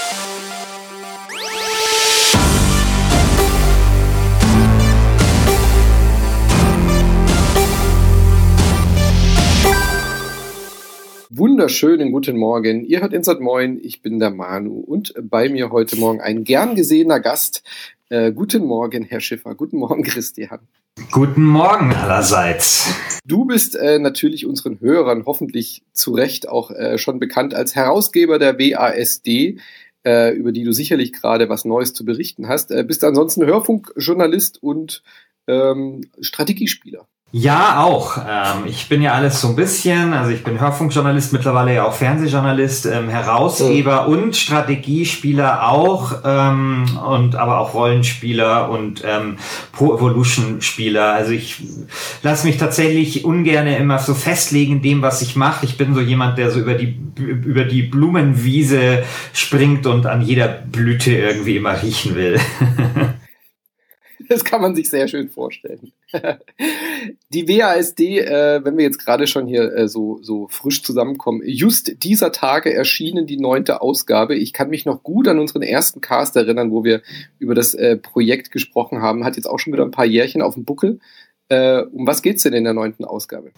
Wunderschönen guten Morgen. Ihr hört Insert Moin, ich bin der Manu und bei mir heute Morgen ein gern gesehener Gast. Guten Morgen, Herr Schiffer. Guten Morgen, Christian. Guten Morgen allerseits. Du bist natürlich unseren Hörern hoffentlich zu Recht auch schon bekannt als Herausgeber der WASD, über die du sicherlich gerade was Neues zu berichten hast. Bist ansonsten Hörfunkjournalist und Strategiespieler. Ja, auch. Ich bin ja alles so ein bisschen, also ich bin Hörfunkjournalist, mittlerweile ja auch Fernsehjournalist, Herausgeber und Strategiespieler auch, und aber auch Rollenspieler und Pro Evolution Spieler. Also ich lasse mich tatsächlich ungern immer so festlegen in dem, was ich mache. Ich bin so jemand, der so über die Blumenwiese springt und an jeder Blüte irgendwie immer riechen will. Das kann man sich sehr schön vorstellen. Die WASD, wenn wir jetzt gerade schon hier so frisch zusammenkommen, just dieser Tage erschienen die 9. Ausgabe. Ich kann mich noch gut an unseren ersten Cast erinnern, wo wir über das Projekt gesprochen haben. Hat jetzt auch schon wieder ein paar Jährchen auf dem Buckel. Um was geht's denn in der 9. Ausgabe?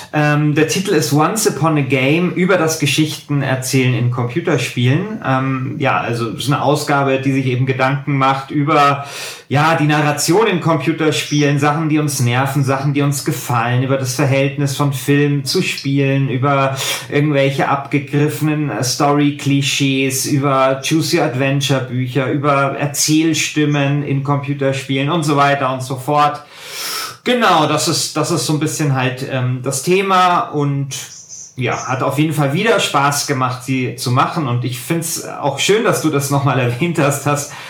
Der Titel ist Once Upon a Game, über das Geschichtenerzählen in Computerspielen. Also es ist eine Ausgabe, die sich eben Gedanken macht über die Narration in Computerspielen, Sachen, die uns nerven, Sachen, die uns gefallen, über das Verhältnis von Film zu Spielen, über irgendwelche abgegriffenen Story-Klischees, über Choose-Your-Adventure-Bücher, über Erzählstimmen in Computerspielen und so weiter und so fort. Genau, das ist so ein bisschen halt das Thema und hat auf jeden Fall wieder Spaß gemacht, sie zu machen, und ich find's auch schön, dass du das nochmal erwähnt hast,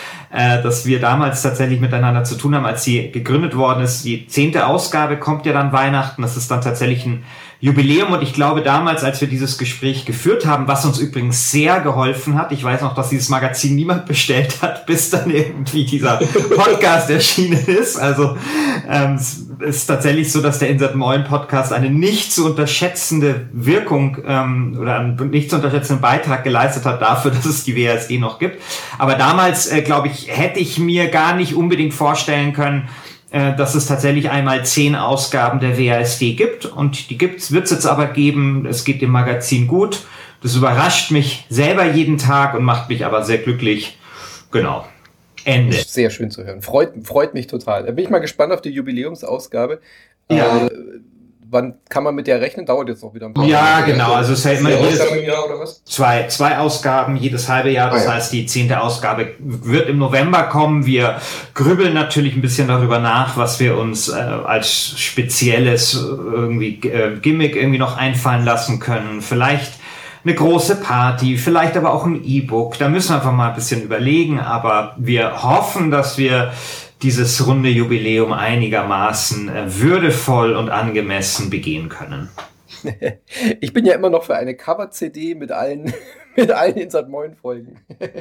dass wir damals tatsächlich miteinander zu tun haben, als sie gegründet worden ist. Die 10. Ausgabe kommt ja dann Weihnachten, das ist dann tatsächlich ein Jubiläum, und ich glaube damals, als wir dieses Gespräch geführt haben, was uns übrigens sehr geholfen hat, ich weiß noch, dass dieses Magazin niemand bestellt hat, bis dann irgendwie dieser Podcast erschienen ist. Also es ist tatsächlich so, dass der Insert Moin Podcast eine nicht zu unterschätzende Wirkung oder einen nicht zu unterschätzenden Beitrag geleistet hat dafür, dass es die WASD noch gibt. Aber damals, glaube ich, hätte ich mir gar nicht unbedingt vorstellen können, dass es tatsächlich einmal 10 Ausgaben der WASD gibt, und die wird's jetzt aber geben. Es geht dem Magazin gut. Das überrascht mich selber jeden Tag und macht mich aber sehr glücklich. Genau. Ende. Sehr schön zu hören. Freut mich total. Da bin ich mal gespannt auf die Jubiläumsausgabe. Ja. Wann kann man mit der rechnen? Dauert jetzt noch wieder ein paar Jahre. Ja, genau. Also es hält immer jedes zwei Ausgaben jedes halbe Jahr. Das heißt, die 10. Ausgabe wird im November kommen. Wir grübeln natürlich ein bisschen darüber nach, was wir uns als spezielles Gimmick irgendwie noch einfallen lassen können. Vielleicht eine große Party, vielleicht aber auch ein E-Book. Da müssen wir einfach mal ein bisschen überlegen. Aber wir hoffen, dass wir dieses runde Jubiläum einigermaßen würdevoll und angemessen begehen können. Ich bin ja immer noch für eine Cover-CD mit allen Insert Moin Folgen.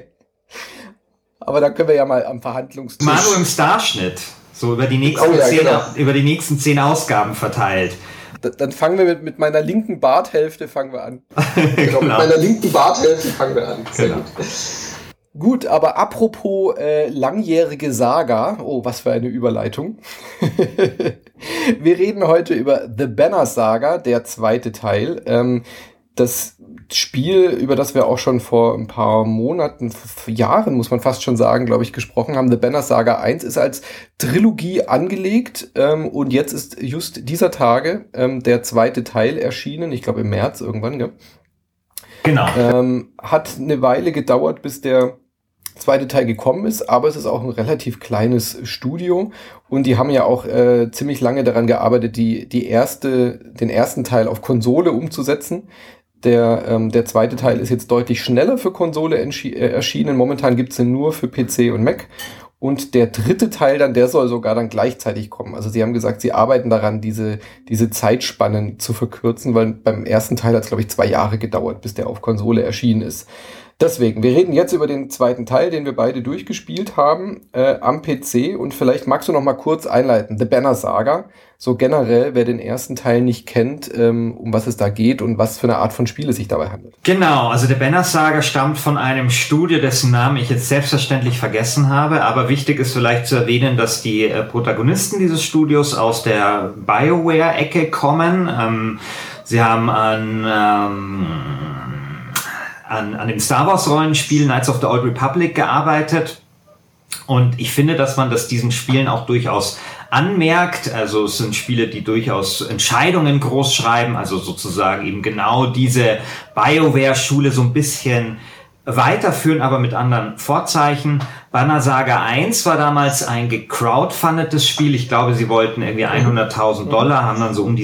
Aber da können wir ja mal am Verhandlungstisch... Manu im Starschnitt, so über die nächsten 10 Ausgaben verteilt. Dann fangen wir mit meiner linken Barthälfte an. Genau. Mit meiner linken Barthälfte fangen wir an. Sehr gut. Gut, aber apropos langjährige Saga, oh, was für eine Überleitung. Wir reden heute über The Banner Saga, der 2. Teil. Das Spiel, über das wir auch schon vor ein paar Monaten, Jahren, muss man fast schon sagen, glaube ich, gesprochen haben. The Banner Saga 1 ist als Trilogie angelegt, und jetzt ist just dieser Tage der 2. Teil erschienen, ich glaube im März irgendwann, gell? Genau. Hat eine Weile gedauert, bis der 2. Teil gekommen ist, aber es ist auch ein relativ kleines Studio, und die haben ja auch ziemlich lange daran gearbeitet, den ersten Teil auf Konsole umzusetzen. Der 2. Teil ist jetzt deutlich schneller für Konsole erschienen. Momentan gibt's den nur für PC und Mac. Und der 3. Teil dann, der soll sogar dann gleichzeitig kommen. Also sie haben gesagt, sie arbeiten daran, diese Zeitspannen zu verkürzen, weil beim ersten Teil hat es, glaube ich, 2 Jahre gedauert, bis der auf Konsole erschienen ist. Deswegen, wir reden jetzt über den zweiten Teil, den wir beide durchgespielt haben, am PC. Und vielleicht magst du noch mal kurz einleiten. The Banner Saga. So generell, wer den ersten Teil nicht kennt, um was es da geht und was für eine Art von Spiel es sich dabei handelt. Genau, also The Banner Saga stammt von einem Studio, dessen Namen ich jetzt selbstverständlich vergessen habe. Aber wichtig ist vielleicht zu erwähnen, dass die Protagonisten dieses Studios aus der BioWare-Ecke kommen. Sie haben an dem Star Wars Rollenspiel Knights of the Old Republic gearbeitet. Und ich finde, dass man das diesen Spielen auch durchaus anmerkt. Also es sind Spiele, die durchaus Entscheidungen groß schreiben, also sozusagen eben genau diese BioWare-Schule so ein bisschen weiterführen, aber mit anderen Vorzeichen. Banner Saga 1 war damals ein gecrowdfundetes Spiel. Ich glaube, sie wollten irgendwie $100.000, haben dann so um die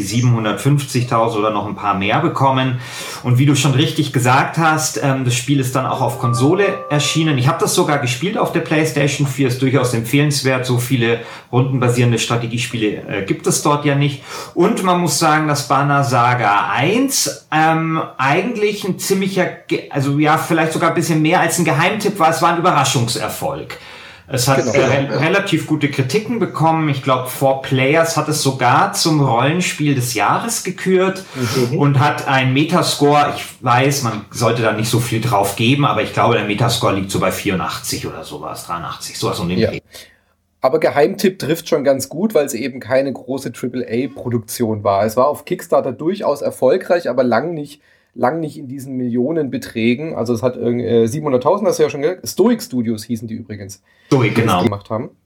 750.000 oder noch ein paar mehr bekommen. Und wie du schon richtig gesagt hast, das Spiel ist dann auch auf Konsole erschienen. Ich habe das sogar gespielt auf der PlayStation 4, ist durchaus empfehlenswert. So viele rundenbasierende Strategiespiele gibt es dort ja nicht. Und man muss sagen, dass Banner Saga 1 eigentlich ein ziemlicher, also ja, vielleicht sogar ein bisschen mehr als ein Geheimtipp war. Es war ein Überraschungserfolg. Es hat relativ gute Kritiken bekommen. Ich glaube, 4Players hat es sogar zum Rollenspiel des Jahres gekürt und hat einen Metascore, ich weiß, man sollte da nicht so viel drauf geben, aber ich glaube, der Metascore liegt so bei 84 oder sowas, 83, sowas um den Dreh. Aber Geheimtipp trifft schon ganz gut, weil es eben keine große AAA-Produktion war. Es war auf Kickstarter durchaus erfolgreich, aber lang nicht in diesen Millionenbeträgen. Also es hat 700.000, hast du ja schon gesagt. Stoic Studios hießen die übrigens. Stoic, genau. Die gemacht haben.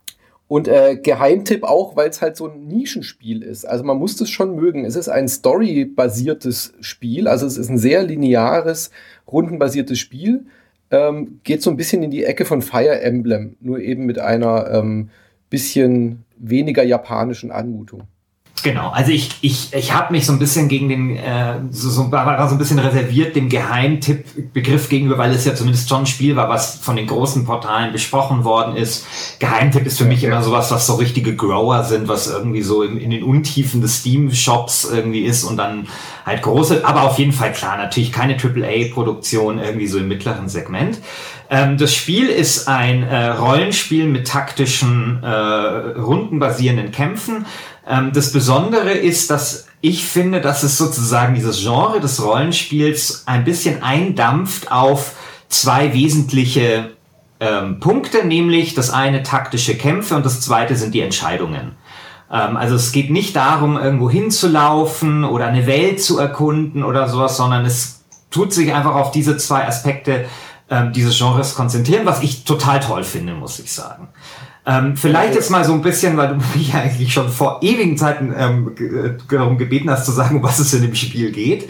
Und Geheimtipp auch, weil es halt so ein Nischenspiel ist. Also man muss es schon mögen. Es ist ein storybasiertes Spiel. Also es ist ein sehr lineares, rundenbasiertes Spiel. Geht so ein bisschen in die Ecke von Fire Emblem. Nur eben mit einer bisschen weniger japanischen Anmutung. Genau, also ich habe mich so ein bisschen gegen den, war so ein bisschen reserviert dem Geheimtipp-Begriff gegenüber, weil es ja zumindest schon ein Spiel war, was von den großen Portalen besprochen worden ist. Geheimtipp ist für mich immer sowas, was so richtige Grower sind, was irgendwie so in den Untiefen des Steam-Shops irgendwie ist und dann halt große, aber auf jeden Fall klar, natürlich keine AAA-Produktion irgendwie so im mittleren Segment. Das Spiel ist ein Rollenspiel mit taktischen, rundenbasierenden Kämpfen. Das Besondere ist, dass ich finde, dass es sozusagen dieses Genre des Rollenspiels ein bisschen eindampft auf zwei wesentliche Punkte, nämlich das eine taktische Kämpfe und das zweite sind die Entscheidungen. Also es geht nicht darum, irgendwo hinzulaufen oder eine Welt zu erkunden oder sowas, sondern es tut sich einfach auf diese zwei Aspekte dieses Genres konzentrieren, was ich total toll finde, muss ich sagen. Vielleicht jetzt mal so ein bisschen, weil du mich eigentlich schon vor ewigen Zeiten darum gebeten hast zu sagen, um was es in dem Spiel geht.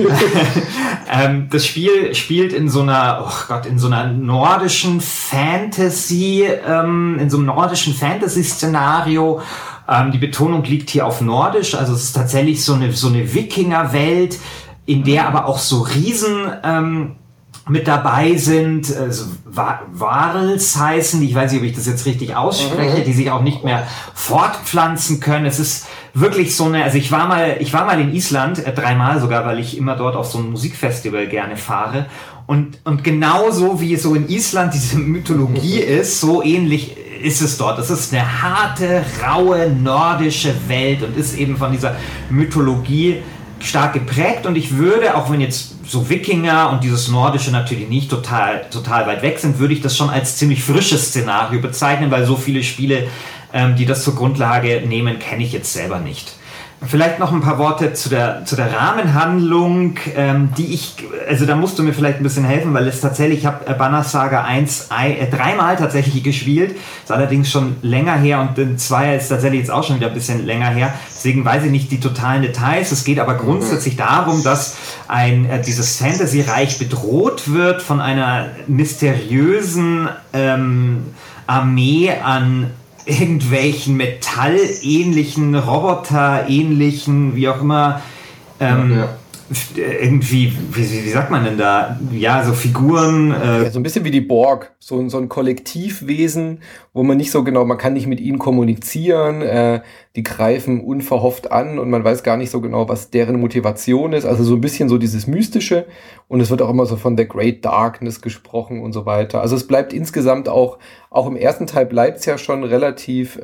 Das Spiel spielt in so einer, in so einer nordischen Fantasy, in so einem nordischen Fantasy-Szenario. Die Betonung liegt hier auf nordisch, also es ist tatsächlich so eine Wikinger-Welt, in der aber auch so Riesen mit dabei sind, Warls heißen, ich weiß nicht, ob ich das jetzt richtig ausspreche, die sich auch nicht mehr fortpflanzen können. Es ist wirklich so eine, also ich war mal in Island, 3-mal sogar, weil ich immer dort auf so ein Musikfestival gerne fahre. Und genauso wie so in Island diese Mythologie ist, so ähnlich ist es dort. Es ist eine harte, raue, nordische Welt und ist eben von dieser Mythologie stark geprägt. Und ich würde, auch wenn jetzt so Wikinger und dieses Nordische natürlich nicht total weit weg sind, würde ich das schon als ziemlich frisches Szenario bezeichnen, weil so viele Spiele, die das zur Grundlage nehmen, kenne ich jetzt selber nicht. Vielleicht noch ein paar Worte zu der Rahmenhandlung, da musst du mir vielleicht ein bisschen helfen, weil es tatsächlich, ich habe Banner Saga 1 3-mal tatsächlich gespielt, ist allerdings schon länger her und den 2 ist tatsächlich jetzt auch schon wieder ein bisschen länger her, deswegen weiß ich nicht die totalen Details. Es geht aber grundsätzlich darum, dass dieses Fantasy-Reich bedroht wird von einer mysteriösen Armee an irgendwelchen metallähnlichen, roboterähnlichen, wie auch immer, irgendwie, wie sagt man denn da? Ja, so Figuren. Ja, so ein bisschen wie die Borg, so ein Kollektivwesen, wo man nicht so genau, man kann nicht mit ihnen kommunizieren, die greifen unverhofft an und man weiß gar nicht so genau, was deren Motivation ist. Also so ein bisschen so dieses Mystische, und es wird auch immer so von The Great Darkness gesprochen und so weiter. Also es bleibt insgesamt auch im ersten Teil bleibt es ja schon relativ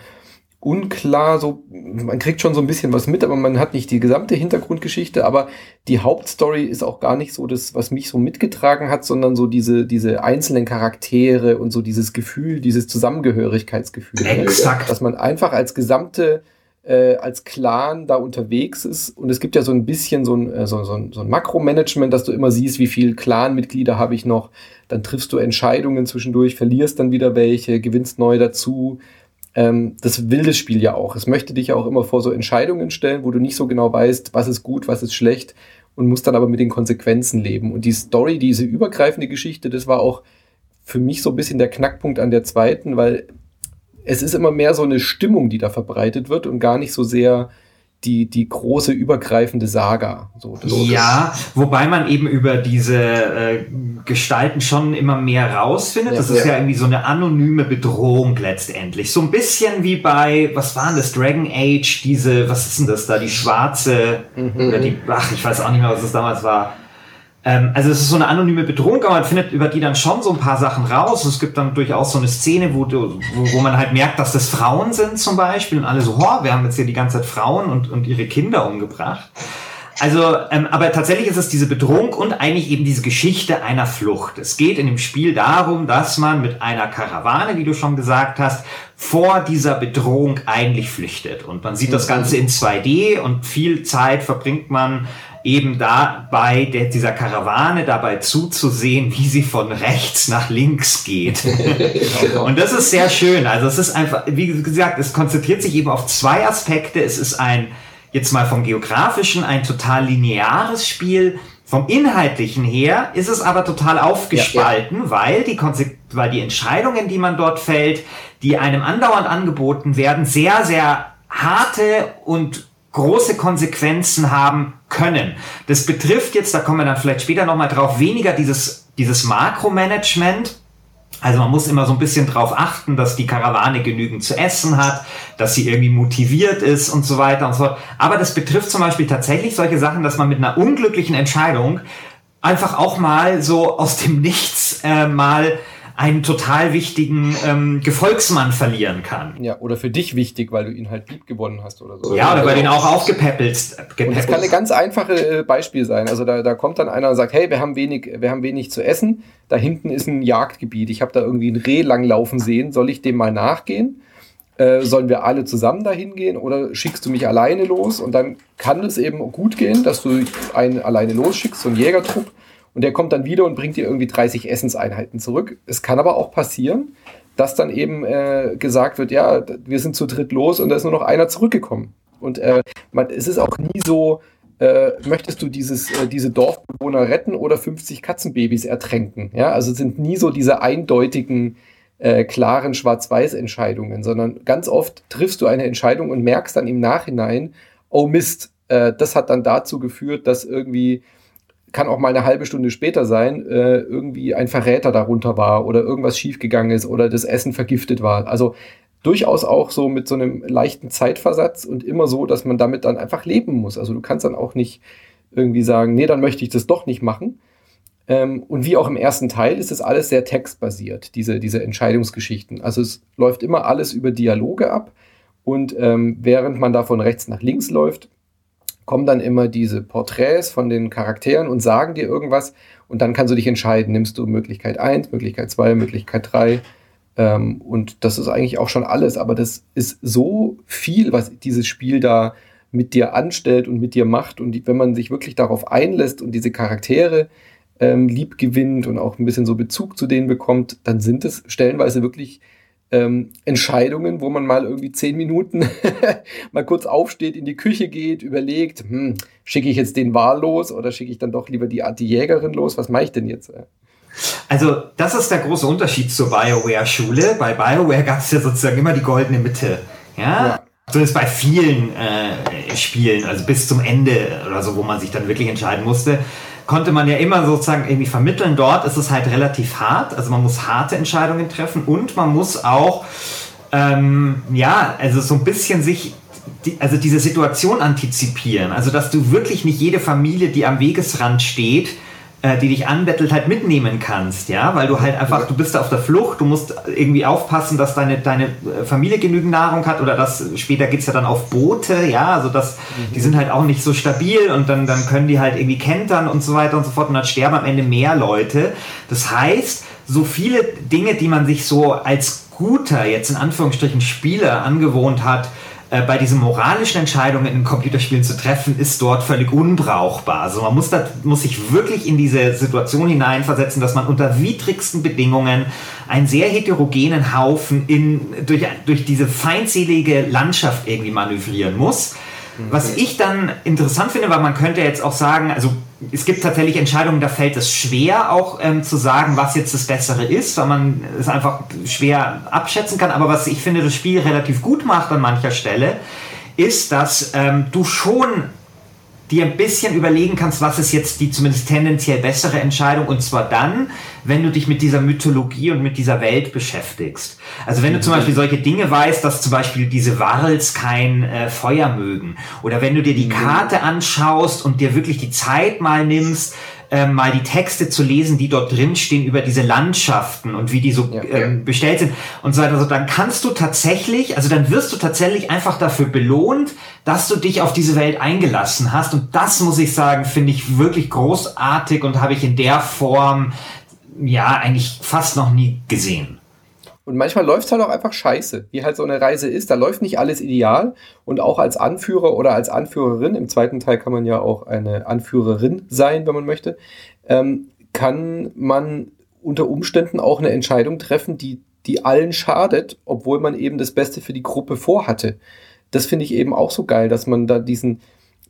unklar, so, man kriegt schon so ein bisschen was mit, aber man hat nicht die gesamte Hintergrundgeschichte, aber die Hauptstory ist auch gar nicht so das, was mich so mitgetragen hat, sondern so diese einzelnen Charaktere und so dieses Gefühl, dieses Zusammengehörigkeitsgefühl. Exakt. Dass man einfach als gesamte, als Clan da unterwegs ist, und es gibt ja so ein bisschen so ein Makromanagement, dass du immer siehst, wie viel Clan-Mitglieder habe ich noch, dann triffst du Entscheidungen zwischendurch, verlierst dann wieder welche, gewinnst neu dazu. Das will das Spiel ja auch. Es möchte dich ja auch immer vor so Entscheidungen stellen, wo du nicht so genau weißt, was ist gut, was ist schlecht, und musst dann aber mit den Konsequenzen leben. Und die Story, diese übergreifende Geschichte, das war auch für mich so ein bisschen der Knackpunkt an der zweiten, weil es ist immer mehr so eine Stimmung, die da verbreitet wird, und gar nicht so sehr die große übergreifende Saga. Ja, wobei man eben über diese Gestalten schon immer mehr rausfindet. Das ist ja irgendwie so eine anonyme Bedrohung letztendlich. So ein bisschen wie bei, was war denn das, Dragon Age, was ist denn das da, die schwarze, oder ich weiß auch nicht mehr, was das damals war. Also es ist so eine anonyme Bedrohung, aber man findet über die dann schon so ein paar Sachen raus. Es gibt dann durchaus so eine Szene, wo man halt merkt, dass das Frauen sind zum Beispiel, und alle so, wir haben jetzt hier die ganze Zeit Frauen und ihre Kinder umgebracht. Also, aber tatsächlich ist es diese Bedrohung und eigentlich eben diese Geschichte einer Flucht. Es geht in dem Spiel darum, dass man mit einer Karawane, wie du schon gesagt hast, vor dieser Bedrohung eigentlich flüchtet. Und man sieht das Ganze in 2D, und viel Zeit verbringt man eben dabei, dieser Karawane dabei zuzusehen, wie sie von rechts nach links geht. Und das ist sehr schön. Also es ist einfach, wie gesagt, es konzentriert sich eben auf zwei Aspekte. Es ist jetzt mal vom Geografischen, ein total lineares Spiel. Vom Inhaltlichen her ist es aber total aufgespalten, weil die Entscheidungen, die man dort fällt, die einem andauernd angeboten werden, sehr, sehr harte und große Konsequenzen haben können. Das betrifft jetzt, da kommen wir dann vielleicht später nochmal drauf, weniger dieses Makromanagement. Also man muss immer so ein bisschen drauf achten, dass die Karawane genügend zu essen hat, dass sie irgendwie motiviert ist und so weiter und so fort. Aber das betrifft zum Beispiel tatsächlich solche Sachen, dass man mit einer unglücklichen Entscheidung einfach auch mal so aus dem Nichts mal einen total wichtigen Gefolgsmann verlieren kann. Ja, oder für dich wichtig, weil du ihn halt lieb gewonnen hast oder so. Ja, oder weil du ihn auch aufgepäppelt. Und das kann eine ganz einfache Beispiel sein. Also da kommt dann einer und sagt, hey, wir haben wenig zu essen. Da hinten ist ein Jagdgebiet. Ich habe da irgendwie ein Reh langlaufen sehen. Soll ich dem mal nachgehen? Sollen wir alle zusammen dahin gehen, oder schickst du mich alleine los? Und dann kann es eben gut gehen, dass du einen alleine losschickst, so einen Jägertrupp. Und der kommt dann wieder und bringt dir irgendwie 30 Essenseinheiten zurück. Es kann aber auch passieren, dass dann eben gesagt wird, ja, wir sind zu dritt los und da ist nur noch einer zurückgekommen. Und es ist auch nie so, möchtest du diese Dorfbewohner retten oder 50 Katzenbabys ertränken? Ja, also es sind nie so diese eindeutigen, klaren Schwarz-Weiß-Entscheidungen, sondern ganz oft triffst du eine Entscheidung und merkst dann im Nachhinein, oh Mist, das hat dann dazu geführt, dass irgendwie, kann auch mal eine halbe Stunde später sein, irgendwie ein Verräter darunter war oder irgendwas schiefgegangen ist oder das Essen vergiftet war. Also durchaus auch so mit so einem leichten Zeitversatz und immer so, dass man damit dann einfach leben muss. Also du kannst dann auch nicht irgendwie sagen, nee, dann möchte ich das doch nicht machen. Und wie auch im ersten Teil ist es alles sehr textbasiert, diese Entscheidungsgeschichten. Also es läuft immer alles über Dialoge ab, und während man da von rechts nach links läuft, kommen dann immer diese Porträts von den Charakteren und sagen dir irgendwas, und dann kannst du dich entscheiden, nimmst du Möglichkeit 1, Möglichkeit 2, Möglichkeit 3, und das ist eigentlich auch schon alles, aber das ist so viel, was dieses Spiel da mit dir anstellt und mit dir macht, und wenn man sich wirklich darauf einlässt und diese Charaktere lieb gewinnt und auch ein bisschen so Bezug zu denen bekommt, dann sind es stellenweise wirklich Entscheidungen, wo man mal irgendwie 10 Minuten mal kurz aufsteht, in die Küche geht, überlegt, schicke ich jetzt den Wal los oder schicke ich dann doch lieber die Jägerin los? Was mache ich denn jetzt? Also das ist der große Unterschied zur BioWare-Schule. Bei BioWare gab es ja sozusagen immer die goldene Mitte. Ja? Zumindest bei vielen Spielen, also bis zum Ende oder so, wo man sich dann wirklich entscheiden musste, konnte man ja immer sozusagen irgendwie vermitteln. Dort ist es halt relativ hart, also man muss harte Entscheidungen treffen und man muss auch, also so ein bisschen sich diese Situation antizipieren. Also dass du wirklich nicht jede Familie, die am Wegesrand steht, die dich anbettelt, halt mitnehmen kannst, ja, weil du halt einfach, du bist da auf der Flucht, du musst irgendwie aufpassen, dass deine Familie genügend Nahrung hat oder später geht's ja dann auf Boote, ja, also die sind halt auch nicht so stabil und dann können die halt irgendwie kentern und so weiter und so fort und dann sterben am Ende mehr Leute. Das heißt, so viele Dinge, die man sich so als guter, jetzt in Anführungsstrichen Spieler angewohnt hat, bei diesen moralischen Entscheidungen in Computerspielen zu treffen, ist dort völlig unbrauchbar. Also man muss sich wirklich in diese Situation hineinversetzen, dass man unter widrigsten Bedingungen einen sehr heterogenen Haufen durch diese feindselige Landschaft irgendwie manövrieren muss. Was ich dann interessant finde, weil man könnte jetzt auch sagen, also es gibt tatsächlich Entscheidungen, da fällt es schwer auch zu sagen, was jetzt das Bessere ist, weil man es einfach schwer abschätzen kann. Aber was ich finde, das Spiel relativ gut macht an mancher Stelle, ist, dass du schon dir ein bisschen überlegen kannst, was ist jetzt die zumindest tendenziell bessere Entscheidung, und zwar dann, wenn du dich mit dieser Mythologie und mit dieser Welt beschäftigst. Also wenn du zum Beispiel solche Dinge weißt, dass zum Beispiel diese Warls kein Feuer mögen, oder wenn du dir die Karte anschaust und dir wirklich die Zeit mal nimmst, mal die Texte zu lesen, die dort drin stehen über diese Landschaften und wie die so bestellt sind und so weiter. Also dann dann wirst du tatsächlich einfach dafür belohnt, dass du dich auf diese Welt eingelassen hast. Und das, muss ich sagen, finde ich wirklich großartig und habe ich in der Form eigentlich fast noch nie gesehen. Und manchmal läuft es halt auch einfach scheiße, wie halt so eine Reise ist. Da läuft nicht alles ideal. Und auch als Anführer oder als Anführerin, im zweiten Teil kann man ja auch eine Anführerin sein, wenn man möchte, kann man unter Umständen auch eine Entscheidung treffen, die allen schadet, obwohl man eben das Beste für die Gruppe vorhatte. Das finde ich eben auch so geil, dass man da diesen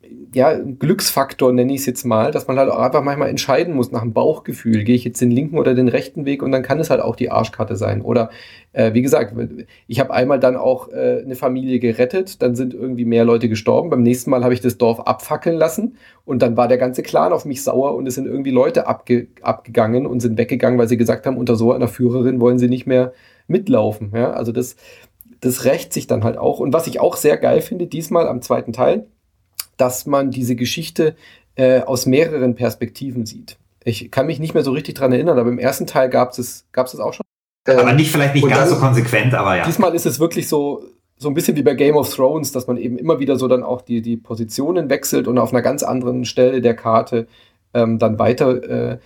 Glücksfaktor, nenne ich es jetzt mal, dass man halt auch einfach manchmal entscheiden muss nach dem Bauchgefühl, gehe ich jetzt den linken oder den rechten Weg, und dann kann es halt auch die Arschkarte sein. Oder wie gesagt, ich habe einmal dann auch eine Familie gerettet, dann sind irgendwie mehr Leute gestorben, beim nächsten Mal habe ich das Dorf abfackeln lassen und dann war der ganze Clan auf mich sauer und es sind irgendwie Leute abgegangen und sind weggegangen, weil sie gesagt haben, unter so einer Führerin wollen sie nicht mehr mitlaufen. Ja? Also das rächt sich dann halt auch. Und was ich auch sehr geil finde, diesmal am zweiten Teil, dass man diese Geschichte aus mehreren Perspektiven sieht. Ich kann mich nicht mehr so richtig dran erinnern, aber im ersten Teil gab es auch schon. Aber vielleicht nicht ganz so konsequent, aber ja. Diesmal ist es wirklich so ein bisschen wie bei Game of Thrones, dass man eben immer wieder so dann auch die Positionen wechselt und auf einer ganz anderen Stelle der Karte dann weiter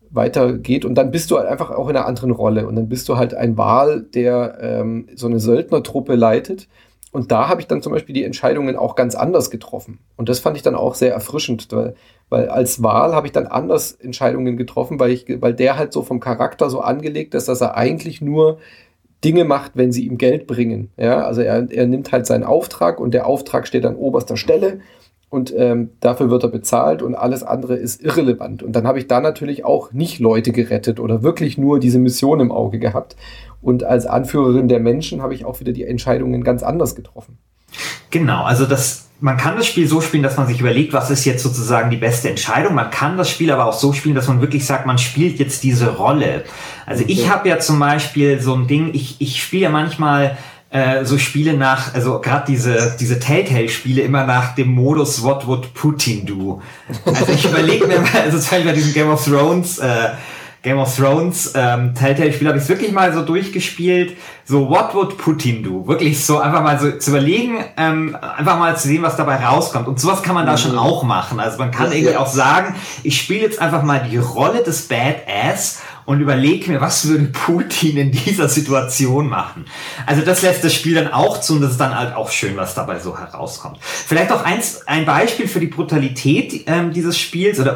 geht, und dann bist du halt einfach auch in einer anderen Rolle, und dann bist du halt ein Wal, der so eine Söldnertruppe leitet. Und da habe ich dann zum Beispiel die Entscheidungen auch ganz anders getroffen. Und das fand ich dann auch sehr erfrischend, weil als Wal habe ich dann anders Entscheidungen getroffen, weil der halt so vom Charakter so angelegt ist, dass er eigentlich nur Dinge macht, wenn sie ihm Geld bringen. Ja, also er nimmt halt seinen Auftrag und der Auftrag steht an oberster Stelle und dafür wird er bezahlt und alles andere ist irrelevant. Und dann habe ich da natürlich auch nicht Leute gerettet oder wirklich nur diese Mission im Auge gehabt. Und als Anführerin der Menschen habe ich auch wieder die Entscheidungen ganz anders getroffen. Genau, also man kann das Spiel so spielen, dass man sich überlegt, was ist jetzt sozusagen die beste Entscheidung. Man kann das Spiel aber auch so spielen, dass man wirklich sagt, man spielt jetzt diese Rolle. Also ich habe ja zum Beispiel so ein Ding, ich spiele ja manchmal so Spiele also gerade diese Telltale-Spiele immer nach dem Modus What would Putin do? Also ich überlege mir mal, also zum Beispiel bei diesem Game of Thrones Telltale-Spiel habe ich es wirklich mal so durchgespielt, so what would Putin do? Wirklich so einfach mal so zu überlegen, einfach mal zu sehen, was dabei rauskommt. Und sowas kann man da schon auch machen. Also man kann irgendwie auch sagen, ich spiele jetzt einfach mal die Rolle des Badass und überlege mir, was würde Putin in dieser Situation machen. Also das lässt das Spiel dann auch zu, und das ist dann halt auch schön, was dabei so herauskommt. Vielleicht auch ein Beispiel für die Brutalität dieses Spiels oder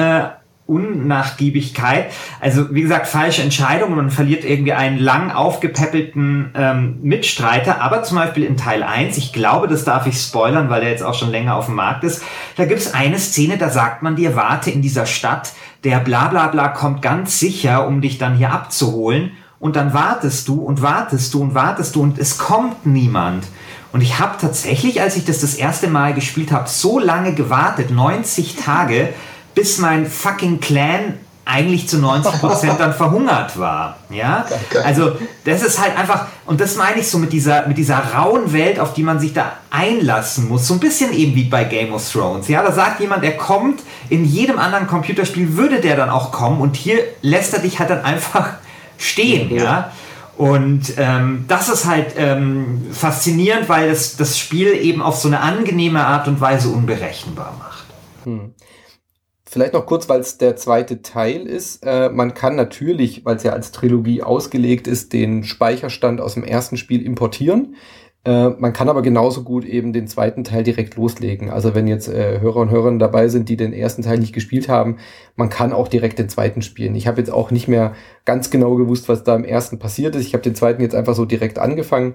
Unnachgiebigkeit. Also wie gesagt, falsche Entscheidungen, man verliert irgendwie einen lang aufgepäppelten Mitstreiter, aber zum Beispiel in Teil 1, ich glaube, das darf ich spoilern, weil der jetzt auch schon länger auf dem Markt ist, da gibt es eine Szene, da sagt man dir, warte in dieser Stadt, der Blablabla kommt ganz sicher, um dich dann hier abzuholen, und dann wartest du und wartest du und wartest du und es kommt niemand. Und ich habe tatsächlich, als ich das erste Mal gespielt habe, so lange gewartet, 90 Tage, bis mein fucking Clan eigentlich zu 90% dann verhungert war. Ja? Also das ist halt einfach, und das meine ich so mit dieser rauen Welt, auf die man sich da einlassen muss. So ein bisschen eben wie bei Game of Thrones. Ja? Da sagt jemand, er kommt, in jedem anderen Computerspiel würde der dann auch kommen, und hier lässt er dich halt dann einfach stehen. Ja? Und das ist halt faszinierend, weil das Spiel eben auf so eine angenehme Art und Weise unberechenbar macht. Vielleicht noch kurz, weil es der zweite Teil ist. Man kann natürlich, weil es ja als Trilogie ausgelegt ist, den Speicherstand aus dem ersten Spiel importieren. Man kann aber genauso gut eben den zweiten Teil direkt loslegen. Also wenn jetzt Hörer und Hörerinnen dabei sind, die den ersten Teil nicht gespielt haben, man kann auch direkt den zweiten spielen. Ich habe jetzt auch nicht mehr ganz genau gewusst, was da im ersten passiert ist. Ich habe den zweiten jetzt einfach so direkt angefangen.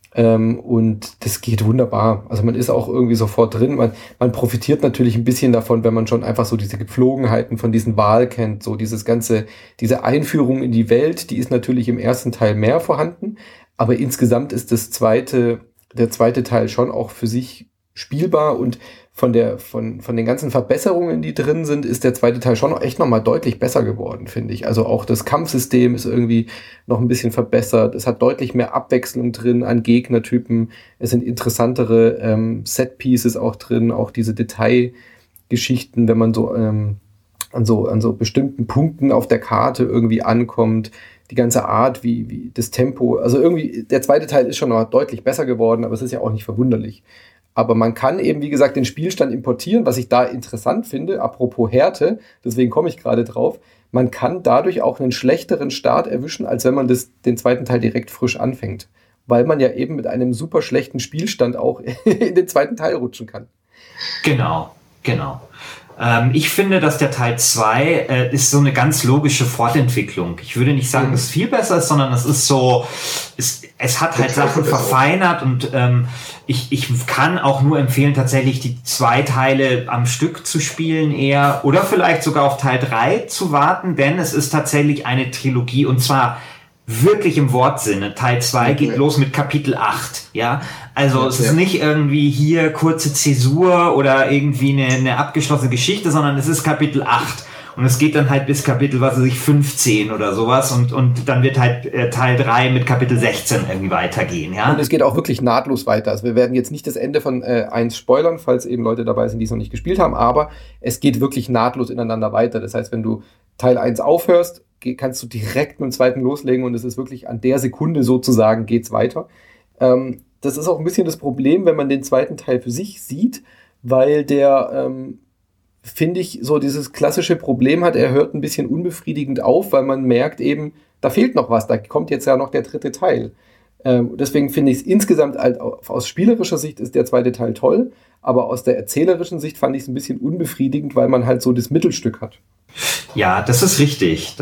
Und das geht wunderbar. Also man ist auch irgendwie sofort drin. Man profitiert natürlich ein bisschen davon, wenn man schon einfach so diese Gepflogenheiten von diesem Wahl kennt. So diese diese Einführung in die Welt, die ist natürlich im ersten Teil mehr vorhanden. Aber insgesamt ist der zweite Teil schon auch für sich spielbar, und von den ganzen Verbesserungen, die drin sind, ist der zweite Teil schon echt nochmal deutlich besser geworden, finde ich. Also auch das Kampfsystem ist irgendwie noch ein bisschen verbessert. Es hat deutlich mehr Abwechslung drin an Gegnertypen. Es sind interessantere Set-Pieces auch drin, auch diese Detailgeschichten, wenn man so an so bestimmten Punkten auf der Karte irgendwie ankommt. Die ganze Art, wie das Tempo, also irgendwie, der zweite Teil ist schon noch deutlich besser geworden, aber es ist ja auch nicht verwunderlich. Aber man kann eben, wie gesagt, den Spielstand importieren, was ich da interessant finde, apropos Härte, deswegen komme ich gerade drauf. Man kann dadurch auch einen schlechteren Start erwischen, als wenn man den zweiten Teil direkt frisch anfängt. Weil man ja eben mit einem super schlechten Spielstand auch in den zweiten Teil rutschen kann. Genau. Ich finde, dass der Teil 2 ist so eine ganz logische Fortentwicklung. Ich würde nicht sagen, dass es viel besser ist, sondern es ist so, es hat halt Sachen verfeinert, und ich kann auch nur empfehlen, tatsächlich die 2 Teile am Stück zu spielen eher, oder vielleicht sogar auf Teil 3 zu warten, denn es ist tatsächlich eine Trilogie, und zwar wirklich im Wortsinne. Teil 2 geht los mit Kapitel 8, ja. Also es ist nicht irgendwie hier kurze Zäsur oder irgendwie eine abgeschlossene Geschichte, sondern es ist Kapitel 8. Und es geht dann halt bis Kapitel, 15 oder sowas, und dann wird halt Teil 3 mit Kapitel 16 irgendwie weitergehen, ja. Und es geht auch wirklich nahtlos weiter. Also wir werden jetzt nicht das Ende von 1 spoilern, falls eben Leute dabei sind, die es noch nicht gespielt haben, aber es geht wirklich nahtlos ineinander weiter. Das heißt, wenn du Teil 1 aufhörst, kannst du direkt mit dem zweiten loslegen, und es ist wirklich an der Sekunde sozusagen geht's weiter. Das ist auch ein bisschen das Problem, wenn man den zweiten Teil für sich sieht, weil der, finde ich, so dieses klassische Problem hat, er hört ein bisschen unbefriedigend auf, weil man merkt eben, da fehlt noch was, da kommt jetzt ja noch der dritte Teil. Deswegen finde ich es insgesamt halt aus spielerischer Sicht ist der zweite Teil toll, aber aus der erzählerischen Sicht fand ich es ein bisschen unbefriedigend, weil man halt so das Mittelstück hat. Ja, das ist richtig.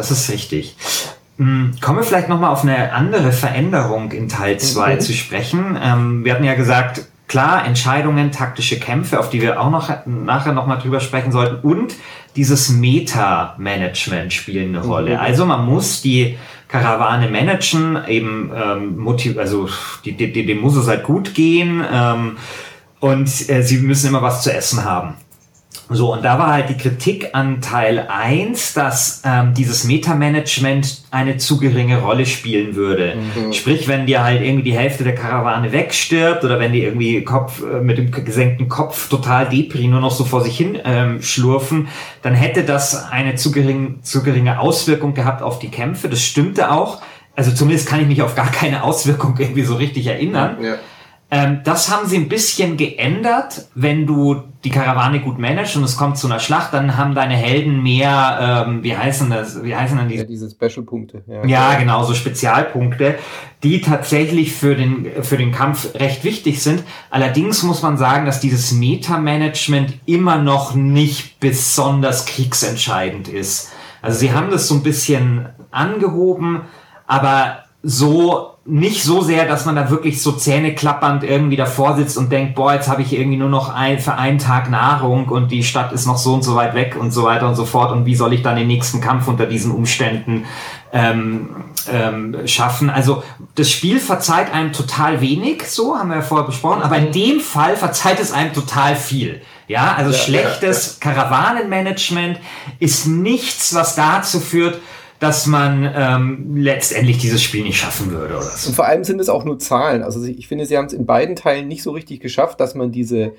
Kommen wir vielleicht nochmal auf eine andere Veränderung in Teil 2 zu sprechen. Wir hatten ja gesagt, klar, Entscheidungen, taktische Kämpfe, auf die wir auch nachher nochmal drüber sprechen sollten, und dieses Meta-Management spielen eine Rolle. Also man muss die Karawane managen, eben also dem muss es halt gut gehen, und sie müssen immer was zu essen haben. So, und da war halt die Kritik an Teil 1, dass dieses Meta-Management eine zu geringe Rolle spielen würde. Sprich, wenn dir halt irgendwie die Hälfte der Karawane wegstirbt, oder wenn die irgendwie mit dem gesenkten Kopf total Depri nur noch so vor sich hin schlurfen, dann hätte das eine zu geringe Auswirkung gehabt auf die Kämpfe. Das stimmte auch. Also zumindest kann ich mich auf gar keine Auswirkung irgendwie so richtig erinnern. Ja. Das haben sie ein bisschen geändert. Wenn du die Karawane gut managst und es kommt zu einer Schlacht, dann haben deine Helden mehr, wie heißen dann die? Ja, diese Special-Punkte. Ja, genau, so Spezialpunkte, die tatsächlich für den Kampf recht wichtig sind. Allerdings muss man sagen, dass dieses Meta-Management immer noch nicht besonders kriegsentscheidend ist. Also sie haben das so ein bisschen angehoben, aber nicht so sehr, dass man da wirklich so zähneklappernd irgendwie davor sitzt und denkt, boah, jetzt habe ich irgendwie nur noch für einen Tag Nahrung und die Stadt ist noch so und so weit weg und so weiter und so fort, und wie soll ich dann den nächsten Kampf unter diesen Umständen schaffen. Also das Spiel verzeiht einem total wenig, so haben wir ja vorher besprochen, aber in dem Fall verzeiht es einem total viel. Ja, also schlechtes Karawanenmanagement ist nichts, was dazu führt, dass man letztendlich dieses Spiel nicht schaffen würde oder so. Und vor allem sind es auch nur Zahlen. Also ich finde, sie haben es in beiden Teilen nicht so richtig geschafft, dass man diese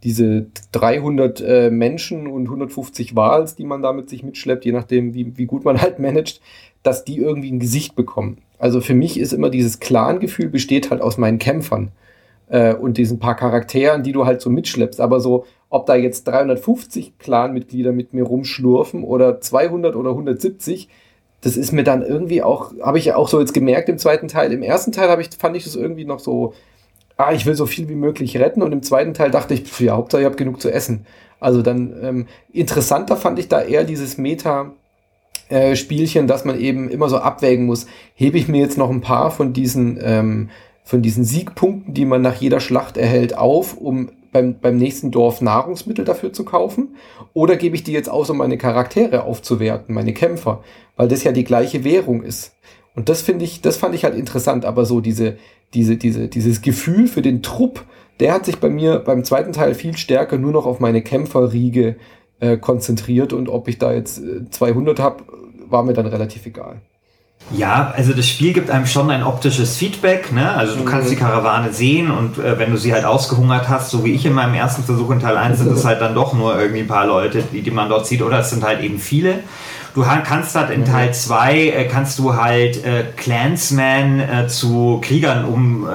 300 Menschen und 150 Wals, die man damit sich mitschleppt, je nachdem, wie gut man halt managt, dass die irgendwie ein Gesicht bekommen. Also für mich ist immer dieses Clan-Gefühl besteht halt aus meinen Kämpfern und diesen paar Charakteren, die du halt so mitschleppst. Aber so, ob da jetzt 350 Clan-Mitglieder mit mir rumschlurfen oder 200 oder 170, das ist mir dann irgendwie auch, habe ich ja auch so jetzt gemerkt im zweiten Teil. Im ersten Teil fand ich das irgendwie noch so, ich will so viel wie möglich retten, und im zweiten Teil dachte ich, ja, Hauptsache ich habe genug zu essen. Also dann interessanter fand ich da eher dieses Spielchen, dass man eben immer so abwägen muss, hebe ich mir jetzt noch ein paar von diesen Siegpunkten, die man nach jeder Schlacht erhält, auf, um beim nächsten Dorf Nahrungsmittel dafür zu kaufen, oder gebe ich die jetzt aus, um meine Charaktere aufzuwerten, meine Kämpfer, weil das ja die gleiche Währung ist. Und das fand ich halt interessant, aber so dieses Gefühl für den Trupp, der hat sich bei mir beim zweiten Teil viel stärker nur noch auf meine Kämpferriege konzentriert, und ob ich da jetzt 200 habe, war mir dann relativ egal. Ja, also das Spiel gibt einem schon ein optisches Feedback, ne? Also du kannst die Karawane sehen, und wenn du sie halt ausgehungert hast, so wie ich in meinem ersten Versuch in Teil 1, sind es halt dann doch nur irgendwie ein paar Leute, die man dort sieht, oder es sind halt eben viele. Du kannst halt in Teil 2 kannst du halt Clansmen zu Kriegern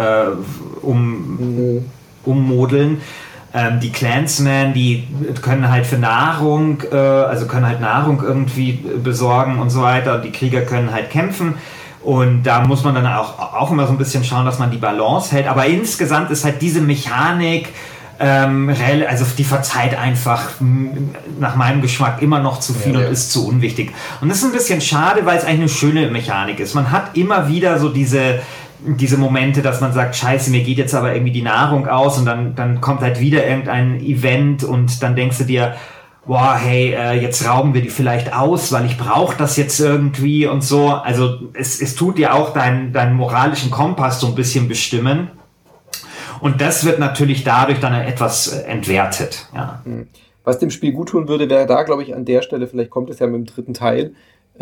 ummodeln. Die Clansmen, die können halt für Nahrung, können halt Nahrung irgendwie besorgen und so weiter. Die Krieger können halt kämpfen. Und da muss man dann auch immer so ein bisschen schauen, dass man die Balance hält. Aber insgesamt ist halt diese Mechanik, also die verzeiht einfach nach meinem Geschmack immer noch zu viel und ist zu unwichtig. Und das ist ein bisschen schade, weil es eigentlich eine schöne Mechanik ist. Man hat immer wieder so diese Momente, dass man sagt, scheiße, mir geht jetzt aber irgendwie die Nahrung aus, und dann kommt halt wieder irgendein Event, und dann denkst du dir, boah, hey, jetzt rauben wir die vielleicht aus, weil ich brauche das jetzt irgendwie und so. Also es tut dir auch deinen moralischen Kompass so ein bisschen bestimmen. Und das wird natürlich dadurch dann etwas entwertet. Ja. Was dem Spiel gut tun würde, wäre da, glaube ich, an der Stelle, vielleicht kommt es ja mit dem dritten Teil,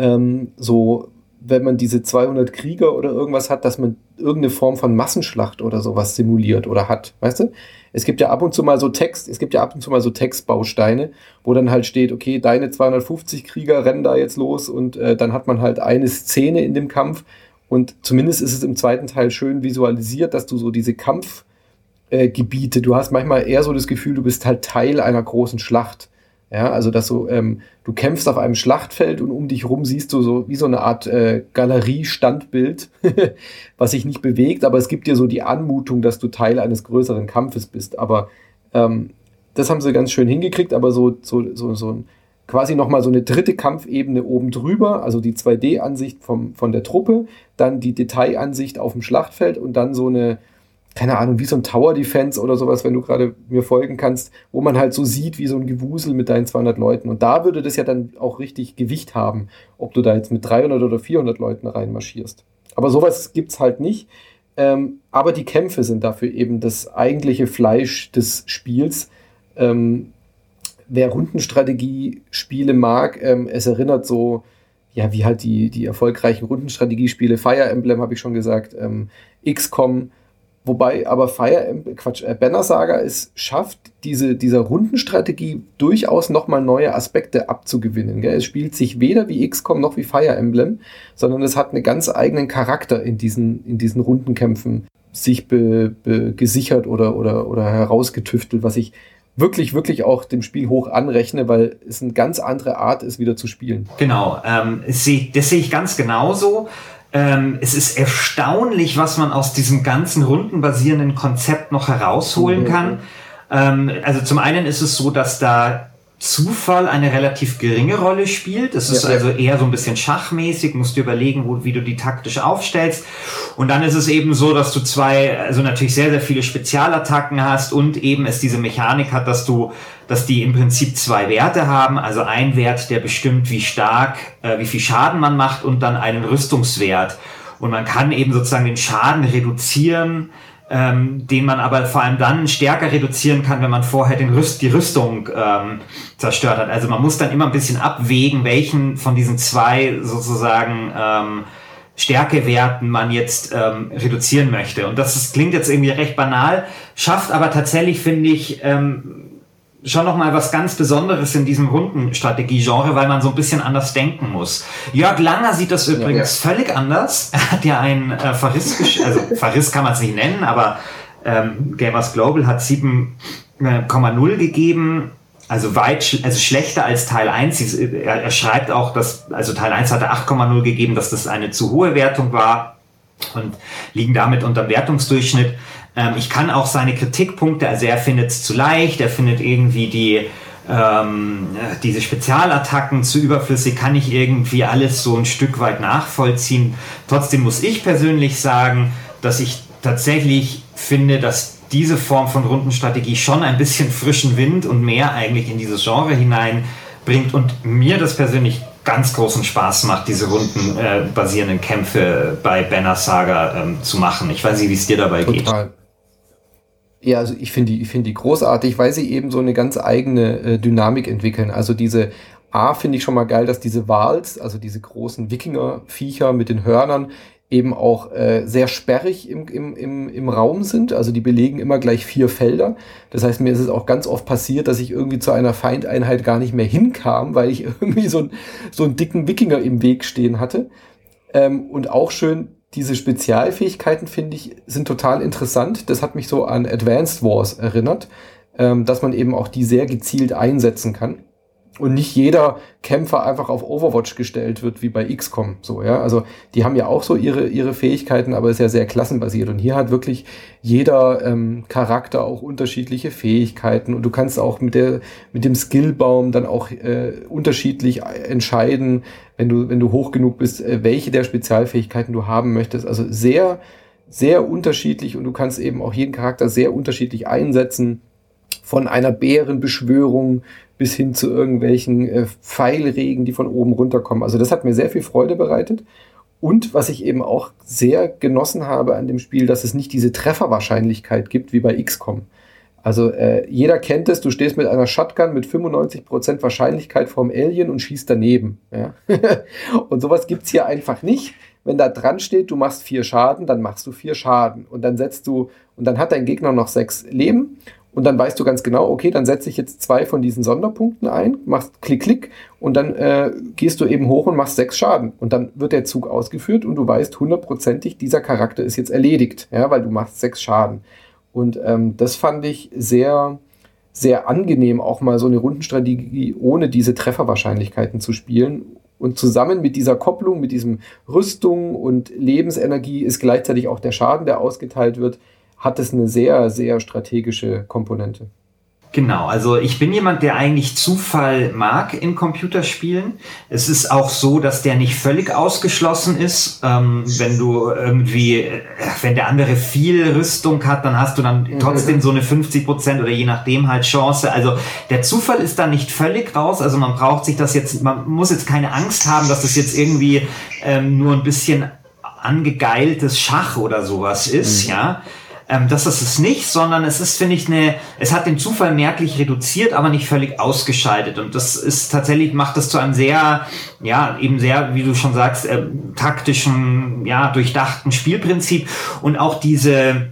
wenn man diese 200 Krieger oder irgendwas hat, dass man irgendeine Form von Massenschlacht oder sowas simuliert oder hat, weißt du? Es gibt ja ab und zu mal so Textbausteine, wo dann halt steht, okay, deine 250 Krieger rennen da jetzt los, und dann hat man halt eine Szene in dem Kampf, und zumindest ist es im zweiten Teil schön visualisiert, dass du so diese Kampfgebiete, du hast manchmal eher so das Gefühl, du bist halt Teil einer großen Schlacht. Ja, also dass du kämpfst auf einem Schlachtfeld, und um dich rum siehst du so wie so eine Art Galerie-Standbild, was sich nicht bewegt, aber es gibt dir so die Anmutung, dass du Teil eines größeren Kampfes bist. Aber das haben sie ganz schön hingekriegt, aber so quasi nochmal so eine dritte Kampfebene oben drüber, also die 2D-Ansicht von der Truppe, dann die Detailansicht auf dem Schlachtfeld, und dann so eine, keine Ahnung, wie so ein Tower Defense oder sowas, wenn du gerade mir folgen kannst, wo man halt so sieht, wie so ein Gewusel mit deinen 200 Leuten. Und da würde das ja dann auch richtig Gewicht haben, ob du da jetzt mit 300 oder 400 Leuten reinmarschierst. Aber sowas gibt's halt nicht. Aber die Kämpfe sind dafür eben das eigentliche Fleisch des Spiels. Wer Rundenstrategiespiele mag, es erinnert so, ja, wie halt die erfolgreichen Rundenstrategiespiele, Fire Emblem, habe ich schon gesagt, XCOM. Wobei aber Banner Saga es schafft, dieser Rundenstrategie durchaus nochmal neue Aspekte abzugewinnen. Gell? Es spielt sich weder wie XCOM noch wie Fire Emblem, sondern es hat einen ganz eigenen Charakter in diesen Rundenkämpfen sich gesichert oder herausgetüftelt, was ich wirklich, wirklich auch dem Spiel hoch anrechne, weil es eine ganz andere Art ist, wieder zu spielen. Genau, das sehe ich ganz genauso. Es ist erstaunlich, was man aus diesem ganzen rundenbasierenden Konzept noch herausholen kann. Also zum einen ist es so, dass da Zufall eine relativ geringe Rolle spielt. Es ist also eher so ein bisschen schachmäßig, musst du überlegen, wie du die taktisch aufstellst. Und dann ist es eben so, dass du also natürlich sehr, sehr viele Spezialattacken hast und eben es diese Mechanik hat, dass die im Prinzip 2 Werte haben. Also ein Wert, der bestimmt, wie viel Schaden man macht und dann einen Rüstungswert. Und man kann eben sozusagen den Schaden reduzieren, den man aber vor allem dann stärker reduzieren kann, wenn man vorher die Rüstung zerstört hat. Also man muss dann immer ein bisschen abwägen, welchen von diesen 2 sozusagen Stärkewerten man jetzt reduzieren möchte. Und das klingt jetzt irgendwie recht banal, schafft aber tatsächlich, finde ich, schon nochmal was ganz Besonderes in diesem Rundenstrategie-Genre, weil man so ein bisschen anders denken muss. Jörg Langer sieht das übrigens völlig anders. Er hat ja einen Verriss kann man es nicht nennen, aber Gamers Global hat 7,0 gegeben, also schlechter als Teil 1. Er schreibt auch, also Teil 1 hatte 8,0 gegeben, dass das eine zu hohe Wertung war und liegen damit unterm Wertungsdurchschnitt. Ich kann auch seine Kritikpunkte, also er findet es zu leicht, er findet irgendwie diese Spezialattacken zu überflüssig, kann ich irgendwie alles so ein Stück weit nachvollziehen. Trotzdem muss ich persönlich sagen, dass ich tatsächlich finde, dass diese Form von Rundenstrategie schon ein bisschen frischen Wind und mehr eigentlich in dieses Genre hineinbringt und mir das persönlich ganz großen Spaß macht, diese rundenbasierenden Kämpfe bei Banner Saga zu machen. Ich weiß nicht, wie es dir dabei geht. Total. Ja, also ich finde die großartig, weil sie eben so eine ganz eigene Dynamik entwickeln. Also finde ich schon mal geil, dass diese Wals, also diese großen Wikinger-Viecher mit den Hörnern, eben auch sehr sperrig im Raum sind. Also die belegen immer gleich 4 Felder. Das heißt, mir ist es auch ganz oft passiert, dass ich irgendwie zu einer Feindeinheit gar nicht mehr hinkam, weil ich irgendwie so einen dicken Wikinger im Weg stehen hatte. Und auch schön, diese Spezialfähigkeiten, finde ich, sind total interessant. Das hat mich so an Advanced Wars erinnert, dass man eben auch die sehr gezielt einsetzen kann. Und nicht jeder Kämpfer einfach auf Overwatch gestellt wird, wie bei XCOM, so, ja. Also, die haben ja auch so ihre Fähigkeiten, aber ist ja sehr klassenbasiert. Und hier hat wirklich jeder Charakter auch unterschiedliche Fähigkeiten. Und du kannst auch mit dem Skillbaum dann auch unterschiedlich entscheiden, wenn du hoch genug bist, welche der Spezialfähigkeiten du haben möchtest. Also sehr, sehr unterschiedlich. Und du kannst eben auch jeden Charakter sehr unterschiedlich einsetzen. Von einer Bärenbeschwörung bis hin zu irgendwelchen Pfeilregen, die von oben runterkommen. Also das hat mir sehr viel Freude bereitet. Und was ich eben auch sehr genossen habe an dem Spiel, dass es nicht diese Trefferwahrscheinlichkeit gibt wie bei XCOM. Also jeder kennt es, du stehst mit einer Shotgun mit 95% Wahrscheinlichkeit vorm Alien und schießt daneben. Ja? Und sowas gibt's hier einfach nicht. Wenn da dran steht, du machst 4 Schaden, dann machst du 4 Schaden. Und dann hat dein Gegner noch 6 Leben. Und dann weißt du ganz genau, okay, dann setze ich jetzt 2 von diesen Sonderpunkten ein, machst Klick, Klick und dann gehst du eben hoch und machst 6 Schaden. Und dann wird der Zug ausgeführt und du weißt 100%ig, dieser Charakter ist jetzt erledigt, ja, weil du machst 6 Schaden. Und das fand ich sehr, sehr angenehm, auch mal so eine Rundenstrategie ohne diese Trefferwahrscheinlichkeiten zu spielen. Und zusammen mit dieser Kopplung, mit diesem Rüstung und Lebensenergie ist gleichzeitig auch der Schaden, der ausgeteilt wird, hat es eine sehr, sehr strategische Komponente. Genau, also ich bin jemand, der eigentlich Zufall mag in Computerspielen. Es ist auch so, dass der nicht völlig ausgeschlossen ist. Wenn der andere viel Rüstung hat, dann hast du dann trotzdem so eine 50% oder je nachdem halt Chance. Also der Zufall ist da nicht völlig raus. Also man muss jetzt keine Angst haben, dass das jetzt irgendwie nur ein bisschen angegeiltes Schach oder sowas ist, ja. Das ist es nicht, sondern es ist, finde ich, es hat den Zufall merklich reduziert, aber nicht völlig ausgeschaltet. Und das ist tatsächlich, macht das zu einem sehr, eben sehr, wie du schon sagst, taktischen, durchdachten Spielprinzip. Und auch diese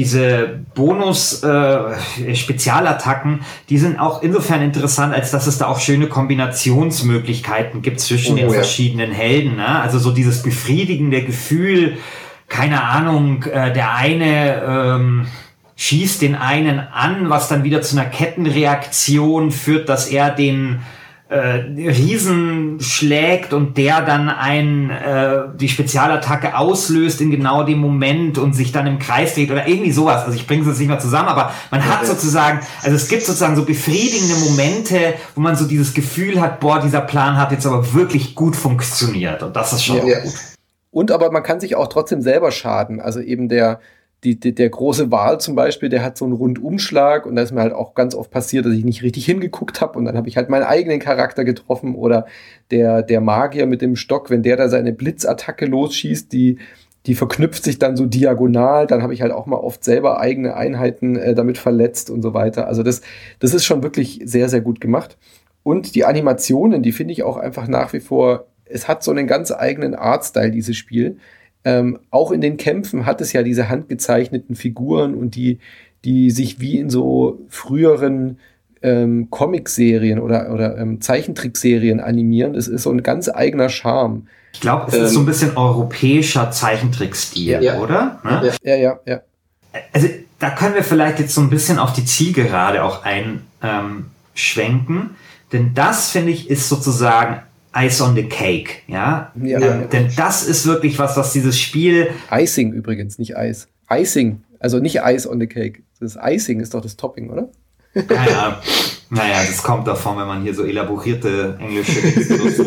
Bonus-Spezialattacken, die sind auch insofern interessant, als dass es da auch schöne Kombinationsmöglichkeiten gibt zwischen den verschiedenen Helden. Ne? Also so dieses befriedigende Gefühl, keine Ahnung, der eine schießt den einen an, was dann wieder zu einer Kettenreaktion führt, dass er den Riesen schlägt und der dann die Spezialattacke auslöst in genau dem Moment und sich dann im Kreis dreht oder irgendwie sowas. Also ich bringe es jetzt nicht mehr zusammen, aber man hat sozusagen, also es gibt sozusagen so befriedigende Momente, wo man so dieses Gefühl hat, boah, dieser Plan hat jetzt aber wirklich gut funktioniert und das ist schon gut. Und aber man kann sich auch trotzdem selber schaden. Also eben der große Wal zum Beispiel, der hat so einen Rundumschlag und da ist mir halt auch ganz oft passiert, dass ich nicht richtig hingeguckt habe und dann habe ich halt meinen eigenen Charakter getroffen oder der Magier mit dem Stock, wenn der da seine Blitzattacke losschießt, die verknüpft sich dann so diagonal, dann habe ich halt auch mal oft selber eigene Einheiten damit verletzt und so weiter. Also das ist schon wirklich sehr, sehr gut gemacht. Und die Animationen, die finde ich auch einfach nach wie vor, es hat so einen ganz eigenen Artstyle, dieses Spiel. Auch in den Kämpfen hat es ja diese handgezeichneten Figuren und die sich wie in so früheren Comic-Serien oder Zeichentrickserien animieren. Das ist so ein ganz eigener Charme. Ich glaube, es ist so ein bisschen europäischer Zeichentrickstil, oder? Ne? Ja. Also da können wir vielleicht jetzt so ein bisschen auf die Zielgerade auch einschwenken. Denn das, finde ich, ist sozusagen Ice on the Cake, denn das ist wirklich was dieses Spiel... Icing übrigens, nicht Eis. Icing, also nicht Ice on the Cake. Das Icing ist doch das Topping, oder? Naja, das kommt davon, wenn man hier so elaborierte englische Texte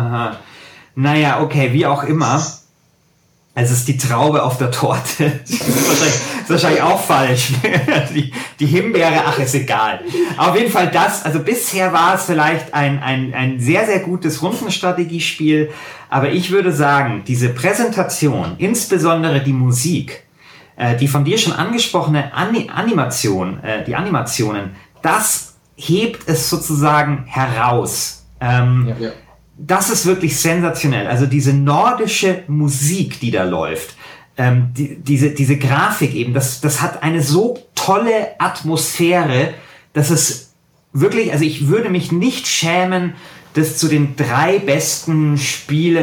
Naja, okay, wie auch immer. Es ist die Traube auf der Torte. Das ist wahrscheinlich auch falsch. Die Himbeere, ach, ist egal. Auf jeden Fall also bisher war es vielleicht ein sehr, sehr gutes Rundenstrategiespiel. Aber ich würde sagen, diese Präsentation, insbesondere die Musik, die von dir schon angesprochene Animationen, das hebt es sozusagen heraus. Das ist wirklich sensationell. Also diese nordische Musik, die da läuft, diese Grafik eben, das hat eine so tolle Atmosphäre, dass es wirklich, also ich würde mich nicht schämen, das zu den 3 besten Spielen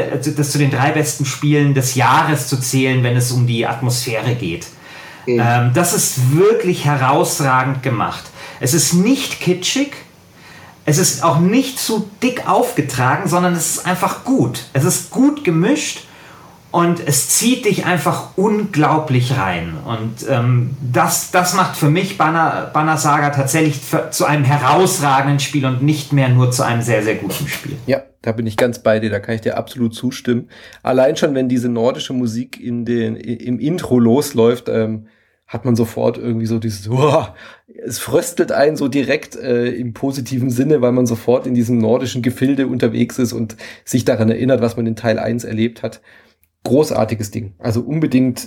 des Jahres zu zählen, wenn es um die Atmosphäre geht. Das ist wirklich herausragend gemacht. Es ist nicht kitschig. Es ist auch nicht zu dick aufgetragen, sondern es ist einfach gut. Es ist gut gemischt und es zieht dich einfach unglaublich rein. Und das macht für mich Banner Saga tatsächlich zu einem herausragenden Spiel und nicht mehr nur zu einem sehr, sehr guten Spiel. Ja, da bin ich ganz bei dir, da kann ich dir absolut zustimmen. Allein schon, wenn diese nordische Musik im Intro losläuft, hat man sofort irgendwie so dieses, es fröstelt einen so direkt im positiven Sinne, weil man sofort in diesem nordischen Gefilde unterwegs ist und sich daran erinnert, was man in Teil 1 erlebt hat. Großartiges Ding. Also unbedingt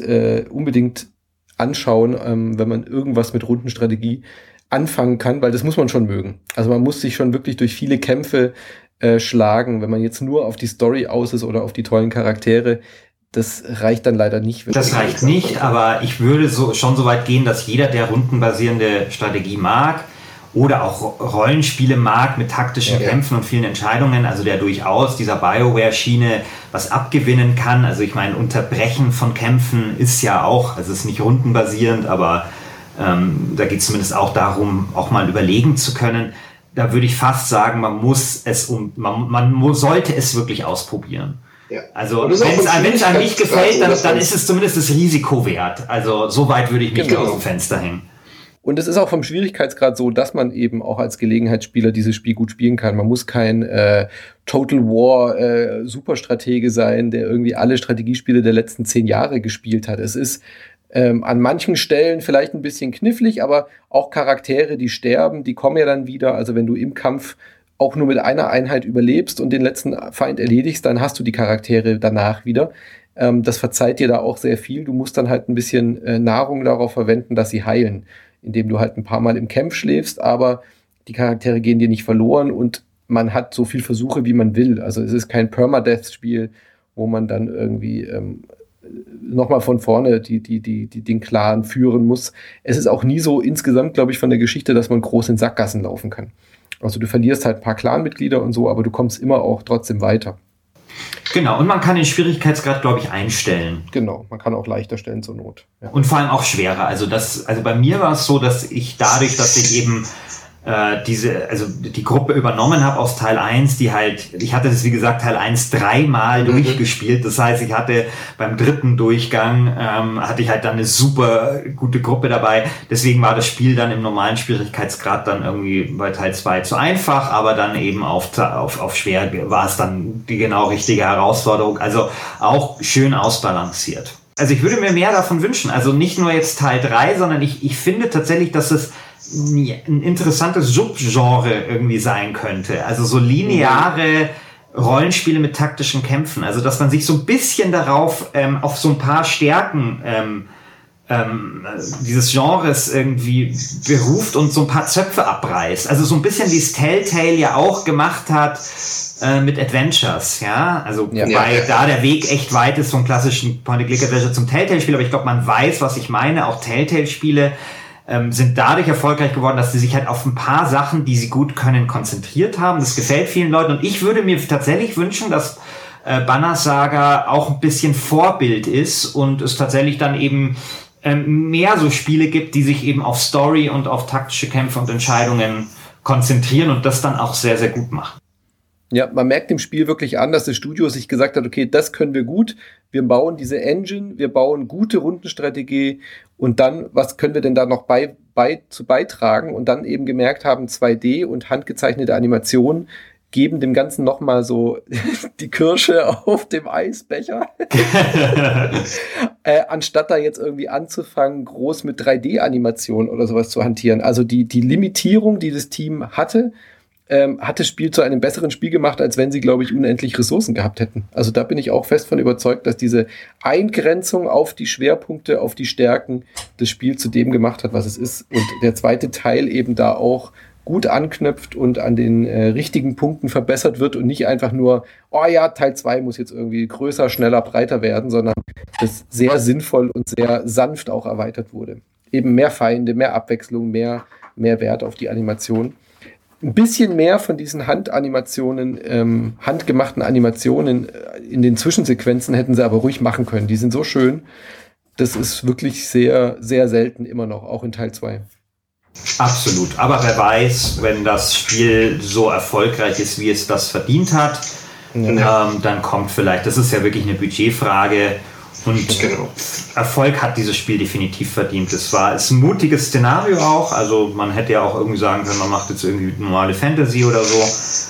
anschauen, wenn man irgendwas mit Rundenstrategie anfangen kann, weil das muss man schon mögen. Also man muss sich schon wirklich durch viele Kämpfe schlagen, wenn man jetzt nur auf die Story aus ist oder auf die tollen Charaktere. Das reicht dann leider nicht. Das reicht nicht, aber ich würde schon so weit gehen, dass jeder, der rundenbasierende Strategie mag oder auch Rollenspiele mag mit taktischen Kämpfen und vielen Entscheidungen, also der durchaus dieser BioWare-Schiene was abgewinnen kann. Also ich meine, Unterbrechen von Kämpfen ist ja auch, also es ist nicht rundenbasierend, aber da geht es zumindest auch darum, auch mal überlegen zu können. Da würde ich fast sagen, man sollte es wirklich ausprobieren. Ja. Also wenn es einem nicht gefällt, dann ist es zumindest das Risiko wert. Also so weit würde ich mich aus dem Fenster hängen. Und es ist auch vom Schwierigkeitsgrad so, dass man eben auch als Gelegenheitsspieler dieses Spiel gut spielen kann. Man muss kein Total War Superstratege sein, der irgendwie alle Strategiespiele der letzten 10 Jahre gespielt hat. Es ist an manchen Stellen vielleicht ein bisschen knifflig, aber auch Charaktere, die sterben, die kommen ja dann wieder. Also wenn du im Kampf auch nur mit einer Einheit überlebst und den letzten Feind erledigst, dann hast du die Charaktere danach wieder. Das verzeiht dir da auch sehr viel. Du musst dann halt ein bisschen Nahrung darauf verwenden, dass sie heilen, indem du halt ein paar Mal im Camp schläfst, aber die Charaktere gehen dir nicht verloren und man hat so viel Versuche, wie man will. Also es ist kein Permadeath-Spiel, wo man dann irgendwie nochmal von vorne den Clan führen muss. Es ist auch nie so insgesamt, glaube ich, von der Geschichte, dass man groß in Sackgassen laufen kann. Also du verlierst halt ein paar Clanmitglieder und so, aber du kommst immer auch trotzdem weiter. Genau, und man kann den Schwierigkeitsgrad, glaube ich, einstellen. Genau, man kann auch leichter stellen zur Not. Ja. Und vor allem auch schwerer. Also bei mir war es so, dass ich dadurch, dass ich eben die Gruppe übernommen habe aus Teil 1, ich hatte das, wie gesagt, Teil 1 3-mal durchgespielt. Das heißt, ich hatte beim 3. Durchgang, hatte ich halt dann eine super gute Gruppe dabei. Deswegen war das Spiel dann im normalen Schwierigkeitsgrad dann irgendwie bei Teil 2 zu einfach, aber dann eben auf schwer war es dann die genau richtige Herausforderung. Also auch schön ausbalanciert. Also ich würde mir mehr davon wünschen. Also nicht nur jetzt Teil 3, sondern ich finde tatsächlich, dass es ein interessantes Subgenre irgendwie sein könnte. Also so lineare Rollenspiele mit taktischen Kämpfen. Also dass man sich so ein bisschen darauf, auf so ein paar Stärken dieses Genres irgendwie beruft und so ein paar Zöpfe abreißt. Also so ein bisschen wie es Telltale ja auch gemacht hat mit Adventures, ja. Also wobei da der Weg echt weit ist vom klassischen Point-and-Click-Adventure zum Telltale-Spiel, aber ich glaube, man weiß, was ich meine. Auch Telltale-Spiele sind dadurch erfolgreich geworden, dass sie sich halt auf ein paar Sachen, die sie gut können, konzentriert haben. Das gefällt vielen Leuten und ich würde mir tatsächlich wünschen, dass Banner Saga auch ein bisschen Vorbild ist und es tatsächlich dann eben mehr so Spiele gibt, die sich eben auf Story und auf taktische Kämpfe und Entscheidungen konzentrieren und das dann auch sehr, sehr gut machen. Ja, man merkt dem Spiel wirklich an, dass das Studio sich gesagt hat, okay, das können wir gut, wir bauen diese Engine, wir bauen gute Rundenstrategie und dann, was können wir denn da noch beitragen und dann eben gemerkt haben, 2D und handgezeichnete Animationen geben dem Ganzen nochmal so die Kirsche auf dem Eisbecher. Anstatt da jetzt irgendwie anzufangen, groß mit 3D-Animationen oder sowas zu hantieren. Also die Limitierung, die das Team hatte, hat das Spiel zu einem besseren Spiel gemacht, als wenn sie, glaube ich, unendlich Ressourcen gehabt hätten. Also da bin ich auch fest von überzeugt, dass diese Eingrenzung auf die Schwerpunkte, auf die Stärken das Spiel zu dem gemacht hat, was es ist. Und der zweite Teil eben da auch gut anknüpft und an den richtigen Punkten verbessert wird und nicht einfach nur, oh ja, Teil 2 muss jetzt irgendwie größer, schneller, breiter werden, sondern das sehr sinnvoll und sehr sanft auch erweitert wurde. Eben mehr Feinde, mehr Abwechslung, mehr Wert auf die Animation. Ein bisschen mehr von diesen Handanimationen, handgemachten Animationen in den Zwischensequenzen hätten sie aber ruhig machen können. Die sind so schön. Das ist wirklich sehr, sehr selten immer noch, auch in Teil 2. Absolut. Aber wer weiß, wenn das Spiel so erfolgreich ist, wie es das verdient hat, dann kommt vielleicht, das ist ja wirklich eine Budgetfrage, und Erfolg hat dieses Spiel definitiv verdient. Es ist ein mutiges Szenario auch, also man hätte ja auch irgendwie sagen können, man macht jetzt irgendwie normale Fantasy oder so.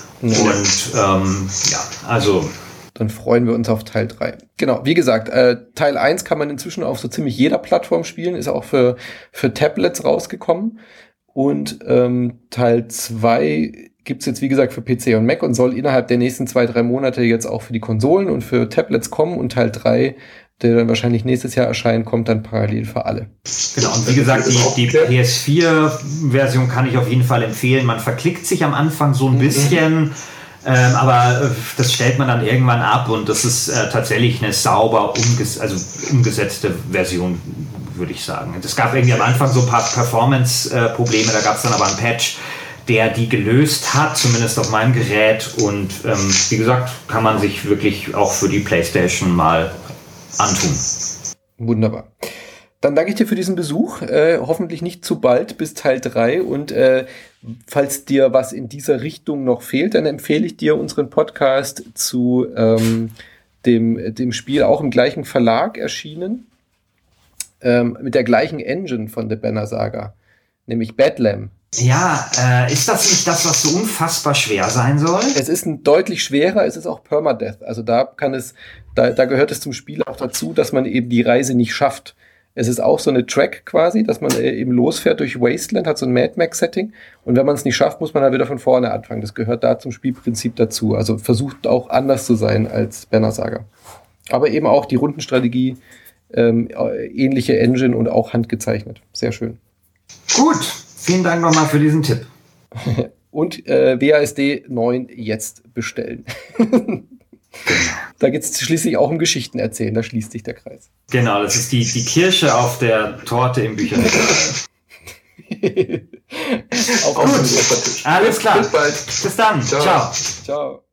Und also... Dann freuen wir uns auf Teil 3. Genau, wie gesagt, Teil 1 kann man inzwischen auf so ziemlich jeder Plattform spielen, ist auch für Tablets rausgekommen. Und Teil 2 gibt's jetzt, wie gesagt, für PC und Mac und soll innerhalb der nächsten 2-3 Monate jetzt auch für die Konsolen und für Tablets kommen. Und Teil 3, der dann wahrscheinlich nächstes Jahr erscheint, kommt dann parallel für alle. Genau, und wie gesagt, die PS4-Version kann ich auf jeden Fall empfehlen. Man verklickt sich am Anfang so ein bisschen, aber das stellt man dann irgendwann ab und das ist tatsächlich eine sauber umgesetzte Version, würde ich sagen. Es gab irgendwie am Anfang so ein paar Performance-Probleme, da gab es dann aber einen Patch, der die gelöst hat, zumindest auf meinem Gerät. Und wie gesagt, kann man sich wirklich auch für die PlayStation mal antun. Wunderbar. Dann danke ich dir für diesen Besuch. Hoffentlich nicht zu bald bis Teil 3. Und falls dir was in dieser Richtung noch fehlt, dann empfehle ich dir unseren Podcast zu dem Spiel, auch im gleichen Verlag erschienen, mit der gleichen Engine von der Banner Saga, nämlich Bedlam. Ja, ist das nicht das, was so unfassbar schwer sein soll? Es ist deutlich schwerer, es ist auch Permadeath. Also da gehört es zum Spiel auch dazu, dass man eben die Reise nicht schafft. Es ist auch so eine Track quasi, dass man eben losfährt durch Wasteland, hat so ein Mad Max-Setting. Und wenn man es nicht schafft, muss man halt wieder von vorne anfangen. Das gehört da zum Spielprinzip dazu. Also versucht auch anders zu sein als Banner Saga. Aber eben auch die Rundenstrategie, ähnliche Engine und auch handgezeichnet. Sehr schön. Gut. Vielen Dank nochmal für diesen Tipp. Und WASD 9 jetzt bestellen. Da geht es schließlich auch um Geschichten erzählen, da schließt sich der Kreis. Genau, das ist die Kirsche auf der Torte im Bücherregal. Gut, alles klar. Bis bald. Bis dann. Ciao. Ciao.